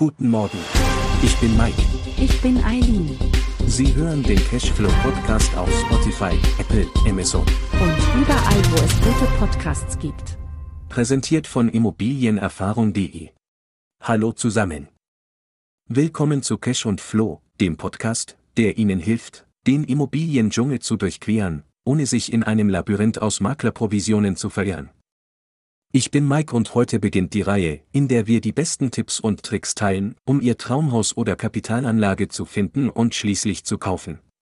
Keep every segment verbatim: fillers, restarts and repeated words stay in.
Guten Morgen. Ich bin Mike. Ich bin Eileen. Sie hören den Cashflow Podcast auf Spotify, Apple, Amazon Und überall, wo es gute Podcasts gibt. Präsentiert von Immobilienerfahrung punkt de. Hallo zusammen. Willkommen zu Cash und Flow, dem Podcast, der Ihnen hilft, den Immobiliendschungel zu durchqueren, ohne sich in einem Labyrinth aus Maklerprovisionen zu verirren. Ich bin Mike und heute beginnt die Reihe, in der wir die besten Tipps und Tricks teilen, um Ihr Traumhaus oder Kapitalanlage zu finden und schließlich zu kaufen.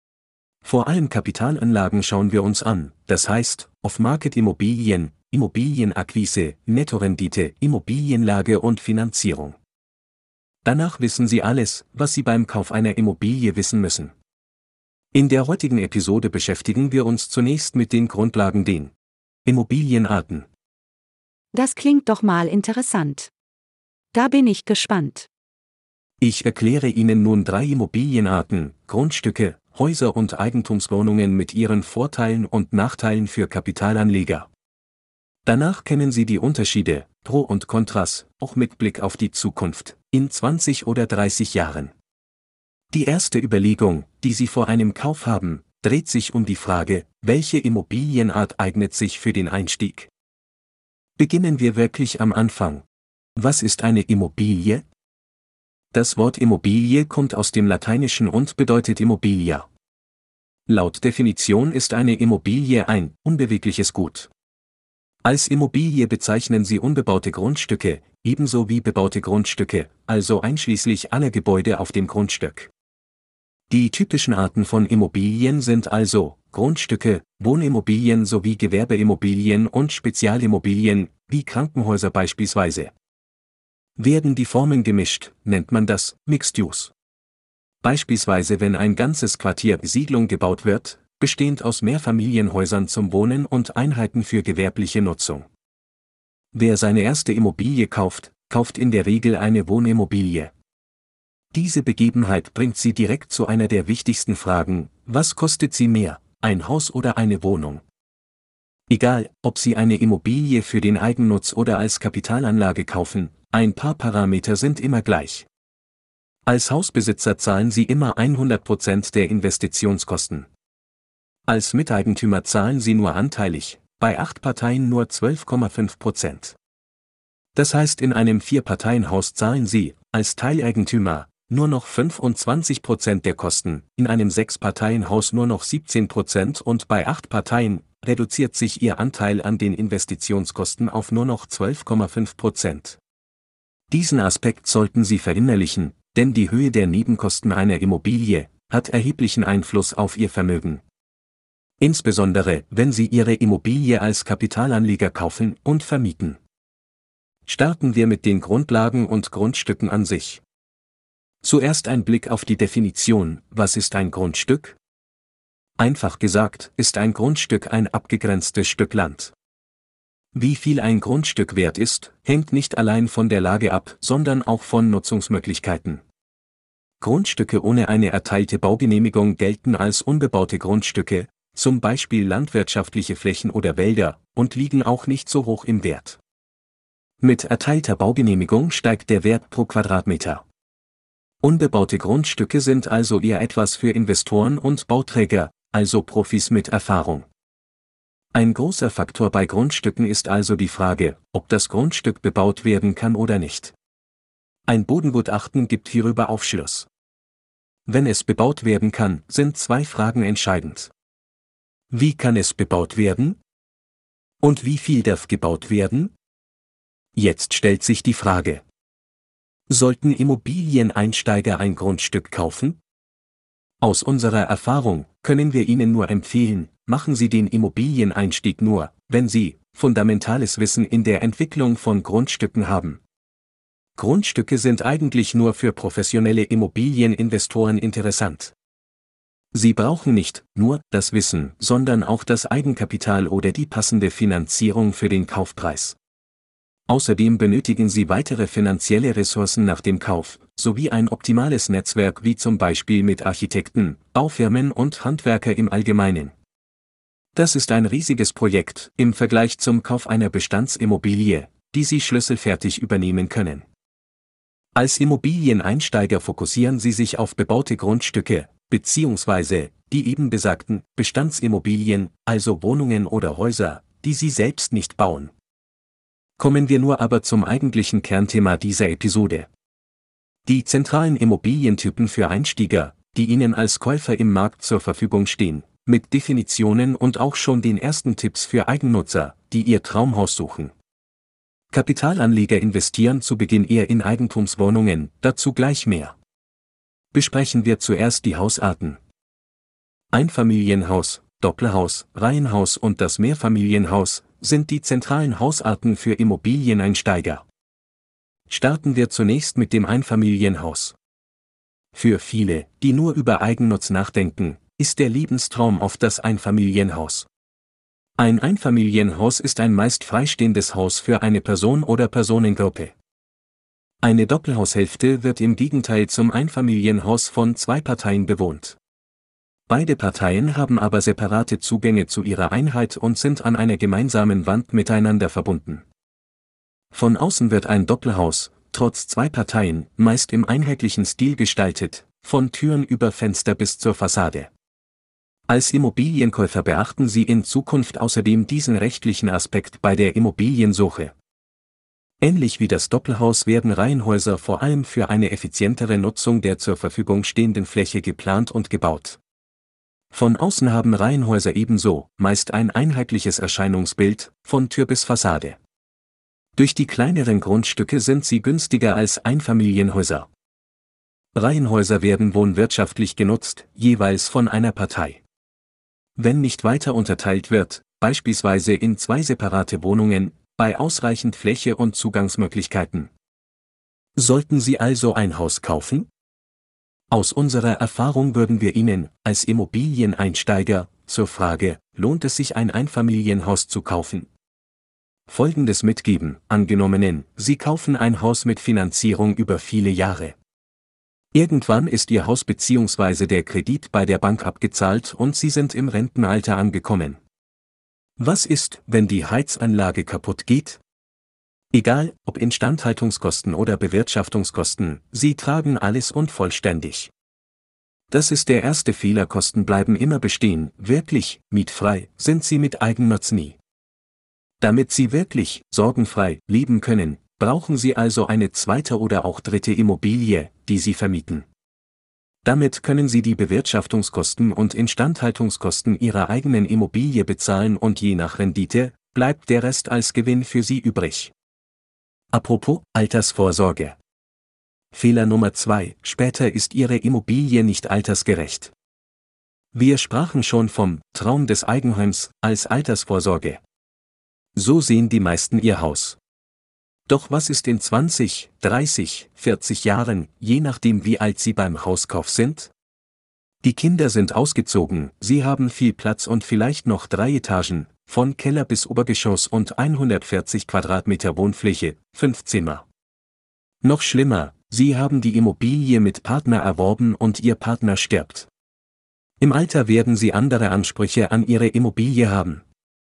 Vor allem Kapitalanlagen schauen wir uns an, das heißt, Off-Market-Immobilien, Immobilienakquise, Nettorendite, Immobilienlage und Finanzierung. Danach wissen Sie alles, was Sie beim Kauf einer Immobilie wissen müssen. In der heutigen Episode beschäftigen wir uns zunächst mit den Grundlagen den Immobilienarten. Das klingt doch mal interessant. Da bin ich gespannt. Ich erkläre Ihnen nun drei Immobilienarten, Grundstücke, Häuser und Eigentumswohnungen mit ihren Vorteilen und Nachteilen für Kapitalanleger. Danach kennen Sie die Unterschiede, Pro und Kontras, auch mit Blick auf die Zukunft, in zwanzig oder dreißig Jahren. Die erste Überlegung, die Sie vor einem Kauf haben, dreht sich um die Frage, welche Immobilienart eignet sich für den Einstieg? Beginnen wir wirklich am Anfang. Was ist eine Immobilie? Das Wort Immobilie kommt aus dem Lateinischen und bedeutet Immobilia. Laut Definition ist eine Immobilie ein unbewegliches Gut. Als Immobilie bezeichnen sie unbebaute Grundstücke, ebenso wie bebaute Grundstücke, also einschließlich aller Gebäude auf dem Grundstück. Die typischen Arten von Immobilien sind also Grundstücke, Wohnimmobilien sowie Gewerbeimmobilien und Spezialimmobilien, wie Krankenhäuser beispielsweise. Werden die Formen gemischt, nennt man das Mixed Use. Beispielsweise wenn ein ganzes Quartier Siedlung gebaut wird, bestehend aus Mehrfamilienhäusern zum Wohnen und Einheiten für gewerbliche Nutzung. Wer seine erste Immobilie kauft, kauft in der Regel eine Wohnimmobilie. Diese Begebenheit bringt Sie direkt zu einer der wichtigsten Fragen: Was kostet sie mehr, ein Haus oder eine Wohnung? Egal, ob Sie eine Immobilie für den Eigennutz oder als Kapitalanlage kaufen, ein paar Parameter sind immer gleich. Als Hausbesitzer zahlen Sie immer hundert Prozent der Investitionskosten. Als Miteigentümer zahlen Sie nur anteilig, bei acht Parteien nur zwölf Komma fünf Prozent. Das heißt, in einem Vier-Parteien-Haus zahlen Sie, als Teileigentümer, nur noch fünfundzwanzig Prozent der Kosten, in einem Sechs-Parteien-Haus nur noch siebzehn Prozent und bei acht Parteien reduziert sich Ihr Anteil an den Investitionskosten auf nur noch zwölf Komma fünf Prozent. Diesen Aspekt sollten Sie verinnerlichen, denn die Höhe der Nebenkosten einer Immobilie hat erheblichen Einfluss auf Ihr Vermögen. Insbesondere, wenn Sie Ihre Immobilie als Kapitalanleger kaufen und vermieten. Starten wir mit den Grundlagen und Grundstücken an sich. Zuerst ein Blick auf die Definition: Was ist ein Grundstück? Einfach gesagt, ist ein Grundstück ein abgegrenztes Stück Land. Wie viel ein Grundstück wert ist, hängt nicht allein von der Lage ab, sondern auch von Nutzungsmöglichkeiten. Grundstücke ohne eine erteilte Baugenehmigung gelten als unbebaute Grundstücke, zum Beispiel landwirtschaftliche Flächen oder Wälder, und liegen auch nicht so hoch im Wert. Mit erteilter Baugenehmigung steigt der Wert pro Quadratmeter. Unbebaute Grundstücke sind also eher etwas für Investoren und Bauträger, also Profis mit Erfahrung. Ein großer Faktor bei Grundstücken ist also die Frage, ob das Grundstück bebaut werden kann oder nicht. Ein Bodengutachten gibt hierüber Aufschluss. Wenn es bebaut werden kann, sind zwei Fragen entscheidend. Wie kann es bebaut werden? Und wie viel darf gebaut werden? Jetzt stellt sich die Frage: Sollten Immobilieneinsteiger ein Grundstück kaufen? Aus unserer Erfahrung können wir Ihnen nur empfehlen, machen Sie den Immobilieneinstieg nur, wenn Sie fundamentales Wissen in der Entwicklung von Grundstücken haben. Grundstücke sind eigentlich nur für professionelle Immobilieninvestoren interessant. Sie brauchen nicht nur das Wissen, sondern auch das Eigenkapital oder die passende Finanzierung für den Kaufpreis. Außerdem benötigen Sie weitere finanzielle Ressourcen nach dem Kauf, sowie ein optimales Netzwerk wie zum Beispiel mit Architekten, Baufirmen und Handwerker im Allgemeinen. Das ist ein riesiges Projekt im Vergleich zum Kauf einer Bestandsimmobilie, die Sie schlüsselfertig übernehmen können. Als Immobilieneinsteiger fokussieren Sie sich auf bebaute Grundstücke, beziehungsweise die eben besagten Bestandsimmobilien, also Wohnungen oder Häuser, die Sie selbst nicht bauen. Kommen wir nur aber zum eigentlichen Kernthema dieser Episode. Die zentralen Immobilientypen für Einsteiger, die Ihnen als Käufer im Markt zur Verfügung stehen, mit Definitionen und auch schon den ersten Tipps für Eigennutzer, die ihr Traumhaus suchen. Kapitalanleger investieren zu Beginn eher in Eigentumswohnungen, dazu gleich mehr. Besprechen wir zuerst die Hausarten. Einfamilienhaus, Doppelhaus, Reihenhaus und das Mehrfamilienhaus sind die zentralen Hausarten für Immobilieneinsteiger. Starten wir zunächst mit dem Einfamilienhaus. Für viele, die nur über Eigennutz nachdenken, ist der Lebenstraum oft das Einfamilienhaus. Ein Einfamilienhaus ist ein meist freistehendes Haus für eine Person oder Personengruppe. Eine Doppelhaushälfte wird im Gegenteil zum Einfamilienhaus von zwei Parteien bewohnt. Beide Parteien haben aber separate Zugänge zu ihrer Einheit und sind an einer gemeinsamen Wand miteinander verbunden. Von außen wird ein Doppelhaus, trotz zwei Parteien, meist im einheitlichen Stil gestaltet, von Türen über Fenster bis zur Fassade. Als Immobilienkäufer beachten Sie in Zukunft außerdem diesen rechtlichen Aspekt bei der Immobiliensuche. Ähnlich wie das Doppelhaus werden Reihenhäuser vor allem für eine effizientere Nutzung der zur Verfügung stehenden Fläche geplant und gebaut. Von außen haben Reihenhäuser ebenso meist ein einheitliches Erscheinungsbild, von Tür bis Fassade. Durch die kleineren Grundstücke sind sie günstiger als Einfamilienhäuser. Reihenhäuser werden wohnwirtschaftlich genutzt, jeweils von einer Partei. Wenn nicht weiter unterteilt wird, beispielsweise in zwei separate Wohnungen, bei ausreichend Fläche und Zugangsmöglichkeiten. Sollten Sie also ein Haus kaufen? Aus unserer Erfahrung würden wir Ihnen, als Immobilieneinsteiger, zur Frage, lohnt es sich ein Einfamilienhaus zu kaufen? Folgendes mitgeben, angenommen, Sie kaufen ein Haus mit Finanzierung über viele Jahre. Irgendwann ist Ihr Haus bzw. der Kredit bei der Bank abgezahlt und Sie sind im Rentenalter angekommen. Was ist, wenn die Heizanlage kaputt geht? Egal, ob Instandhaltungskosten oder Bewirtschaftungskosten, Sie tragen alles und vollständig. Das ist der erste Fehler, Kosten bleiben immer bestehen, wirklich, mietfrei, sind Sie mit Eigennutz nie. Damit Sie wirklich, sorgenfrei, leben können, brauchen Sie also eine zweite oder auch dritte Immobilie, die Sie vermieten. Damit können Sie die Bewirtschaftungskosten und Instandhaltungskosten Ihrer eigenen Immobilie bezahlen und je nach Rendite, bleibt der Rest als Gewinn für Sie übrig. Apropos Altersvorsorge. Fehler Nummer zwei, später ist Ihre Immobilie nicht altersgerecht. Wir sprachen schon vom Traum des Eigenheims als Altersvorsorge. So sehen die meisten ihr Haus. Doch was ist in zwanzig, dreißig, vierzig Jahren, je nachdem wie alt Sie beim Hauskauf sind? Die Kinder sind ausgezogen, Sie haben viel Platz und vielleicht noch drei Etagen, von Keller bis Obergeschoss und hundertvierzig Quadratmeter Wohnfläche, fünf Zimmer. Noch schlimmer, Sie haben die Immobilie mit Partner erworben und Ihr Partner stirbt. Im Alter werden Sie andere Ansprüche an Ihre Immobilie haben.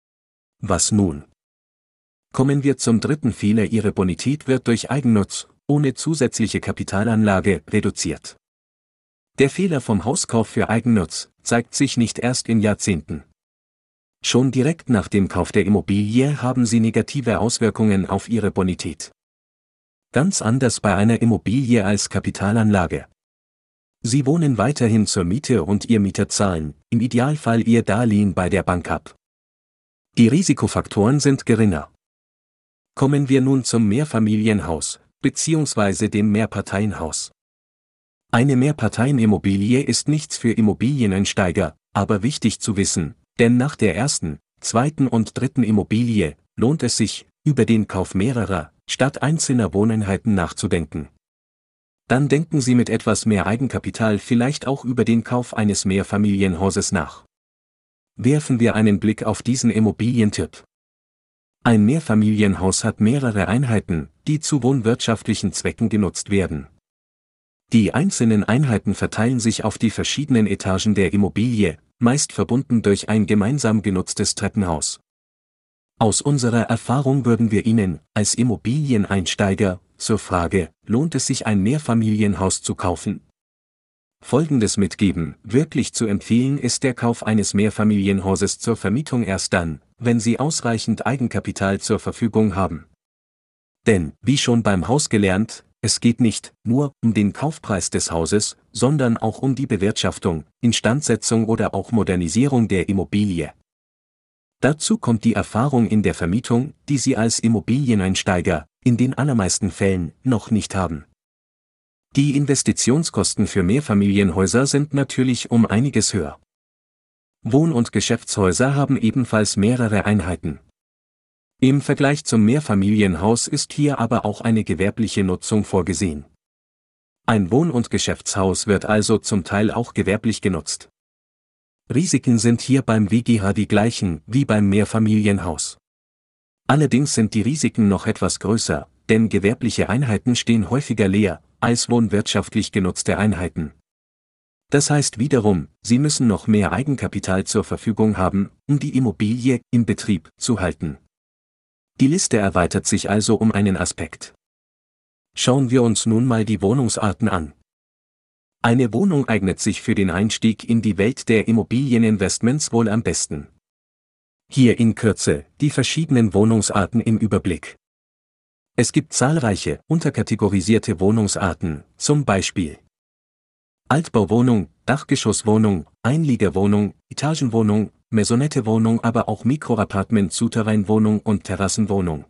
Was nun? Kommen wir zum dritten Fehler. Ihre Bonität wird durch Eigennutz, ohne zusätzliche Kapitalanlage, reduziert. Der Fehler vom Hauskauf für Eigennutz zeigt sich nicht erst in Jahrzehnten. Schon direkt nach dem Kauf der Immobilie haben Sie negative Auswirkungen auf Ihre Bonität. Ganz anders bei einer Immobilie als Kapitalanlage. Sie wohnen weiterhin zur Miete und Ihr Mieter zahlen, im Idealfall Ihr Darlehen bei der Bank ab. Die Risikofaktoren sind geringer. Kommen wir nun zum Mehrfamilienhaus, bzw. dem Mehrparteienhaus. Eine Mehrparteienimmobilie ist nichts für Immobilieneinsteiger, aber wichtig zu wissen, denn nach der ersten, zweiten und dritten Immobilie lohnt es sich, über den Kauf mehrerer, statt einzelner Wohneinheiten nachzudenken. Dann denken Sie mit etwas mehr Eigenkapital vielleicht auch über den Kauf eines Mehrfamilienhauses nach. Werfen wir einen Blick auf diesen Immobilientipp. Ein Mehrfamilienhaus hat mehrere Einheiten, die zu wohnwirtschaftlichen Zwecken genutzt werden. Die einzelnen Einheiten verteilen sich auf die verschiedenen Etagen der Immobilie, meist verbunden durch ein gemeinsam genutztes Treppenhaus. Aus unserer Erfahrung würden wir Ihnen, als Immobilieneinsteiger, zur Frage, lohnt es sich ein Mehrfamilienhaus zu kaufen? Folgendes mitgeben: Wirklich zu empfehlen ist der Kauf eines Mehrfamilienhauses zur Vermietung erst dann, wenn Sie ausreichend Eigenkapital zur Verfügung haben. Denn, wie schon beim Haus gelernt, es geht nicht nur um den Kaufpreis des Hauses, sondern auch um die Bewirtschaftung, Instandsetzung oder auch Modernisierung der Immobilie. Dazu kommt die Erfahrung in der Vermietung, die Sie als Immobilieneinsteiger, in den allermeisten Fällen, noch nicht haben. Die Investitionskosten für Mehrfamilienhäuser sind natürlich um einiges höher. Wohn- und Geschäftshäuser haben ebenfalls mehrere Einheiten. Im Vergleich zum Mehrfamilienhaus ist hier aber auch eine gewerbliche Nutzung vorgesehen. Ein Wohn- und Geschäftshaus wird also zum Teil auch gewerblich genutzt. Risiken sind hier beim W G H die gleichen wie beim Mehrfamilienhaus. Allerdings sind die Risiken noch etwas größer, denn gewerbliche Einheiten stehen häufiger leer als wohnwirtschaftlich genutzte Einheiten. Das heißt wiederum, Sie müssen noch mehr Eigenkapital zur Verfügung haben, um die Immobilie im Betrieb zu halten. Die Liste erweitert sich also um einen Aspekt. Schauen wir uns nun mal die Wohnungsarten an. Eine Wohnung eignet sich für den Einstieg in die Welt der Immobilieninvestments wohl am besten. Hier in Kürze die verschiedenen Wohnungsarten im Überblick. Es gibt zahlreiche, unterkategorisierte Wohnungsarten, zum Beispiel Altbauwohnung, Dachgeschosswohnung, Einliegerwohnung, Etagenwohnung, Maisonettewohnung, aber auch Mikroappartement, Souterrainwohnung und Terrassenwohnung.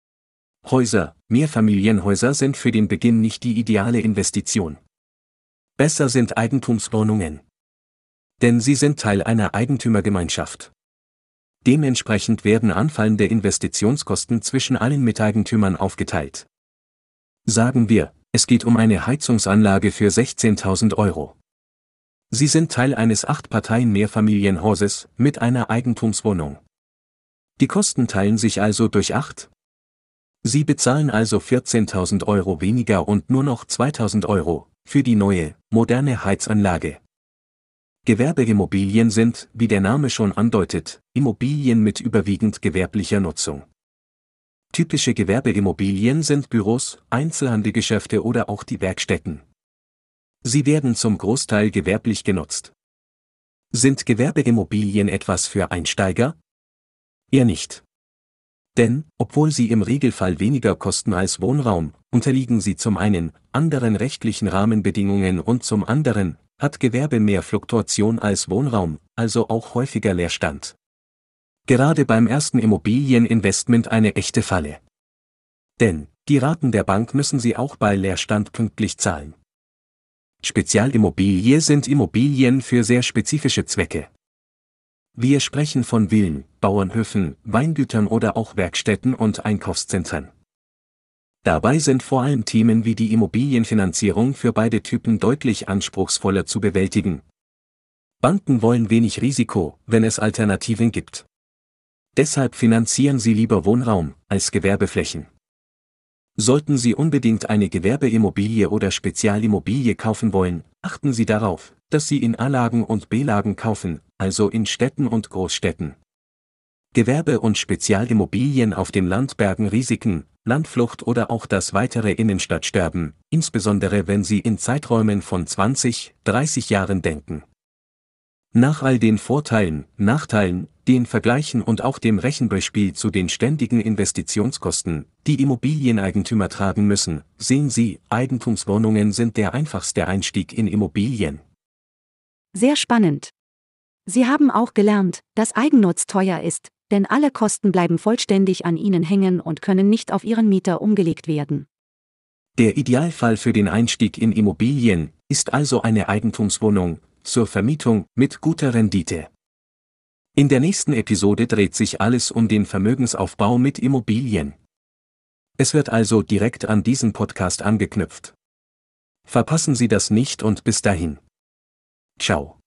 Häuser, Mehrfamilienhäuser sind für den Beginn nicht die ideale Investition. Besser sind Eigentumswohnungen. Denn sie sind Teil einer Eigentümergemeinschaft. Dementsprechend werden anfallende Investitionskosten zwischen allen Miteigentümern aufgeteilt. Sagen wir, es geht um eine Heizungsanlage für sechzehntausend Euro. Sie sind Teil eines acht-Parteien-Mehrfamilienhauses mit einer Eigentumswohnung. Die Kosten teilen sich also durch acht. Sie bezahlen also vierzehntausend Euro weniger und nur noch zweitausend Euro für die neue, moderne Heizanlage. Gewerbeimmobilien sind, wie der Name schon andeutet, Immobilien mit überwiegend gewerblicher Nutzung. Typische Gewerbeimmobilien sind Büros, Einzelhandelgeschäfte oder auch die Werkstätten. Sie werden zum Großteil gewerblich genutzt. Sind Gewerbeimmobilien etwas für Einsteiger? Eher nicht. Denn, obwohl sie im Regelfall weniger kosten als Wohnraum, unterliegen sie zum einen anderen rechtlichen Rahmenbedingungen und zum anderen hat Gewerbe mehr Fluktuation als Wohnraum, also auch häufiger Leerstand. Gerade beim ersten Immobilieninvestment eine echte Falle. Denn, die Raten der Bank müssen Sie auch bei Leerstand pünktlich zahlen. Spezialimmobilie sind Immobilien für sehr spezifische Zwecke. Wir sprechen von Villen, Bauernhöfen, Weingütern oder auch Werkstätten und Einkaufszentren. Dabei sind vor allem Themen wie die Immobilienfinanzierung für beide Typen deutlich anspruchsvoller zu bewältigen. Banken wollen wenig Risiko, wenn es Alternativen gibt. Deshalb finanzieren sie lieber Wohnraum als Gewerbeflächen. Sollten Sie unbedingt eine Gewerbeimmobilie oder Spezialimmobilie kaufen wollen, achten Sie darauf, dass Sie in A-Lagen und B-Lagen kaufen, also in Städten und Großstädten. Gewerbe- und Spezialimmobilien auf dem Land bergen Risiken, Landflucht oder auch das weitere Innenstadtsterben, insbesondere wenn Sie in Zeiträumen von zwanzig, dreißig Jahren denken. Nach all den Vorteilen, Nachteilen, den Vergleichen und auch dem Rechenbeispiel zu den ständigen Investitionskosten, die Immobilieneigentümer tragen müssen, sehen Sie, Eigentumswohnungen sind der einfachste Einstieg in Immobilien. Sehr spannend. Sie haben auch gelernt, dass Eigennutz teuer ist, denn alle Kosten bleiben vollständig an Ihnen hängen und können nicht auf Ihren Mieter umgelegt werden. Der Idealfall für den Einstieg in Immobilien ist also eine Eigentumswohnung zur Vermietung mit guter Rendite. In der nächsten Episode dreht sich alles um den Vermögensaufbau mit Immobilien. Es wird also direkt an diesen Podcast angeknüpft. Verpassen Sie das nicht und bis dahin. Ciao.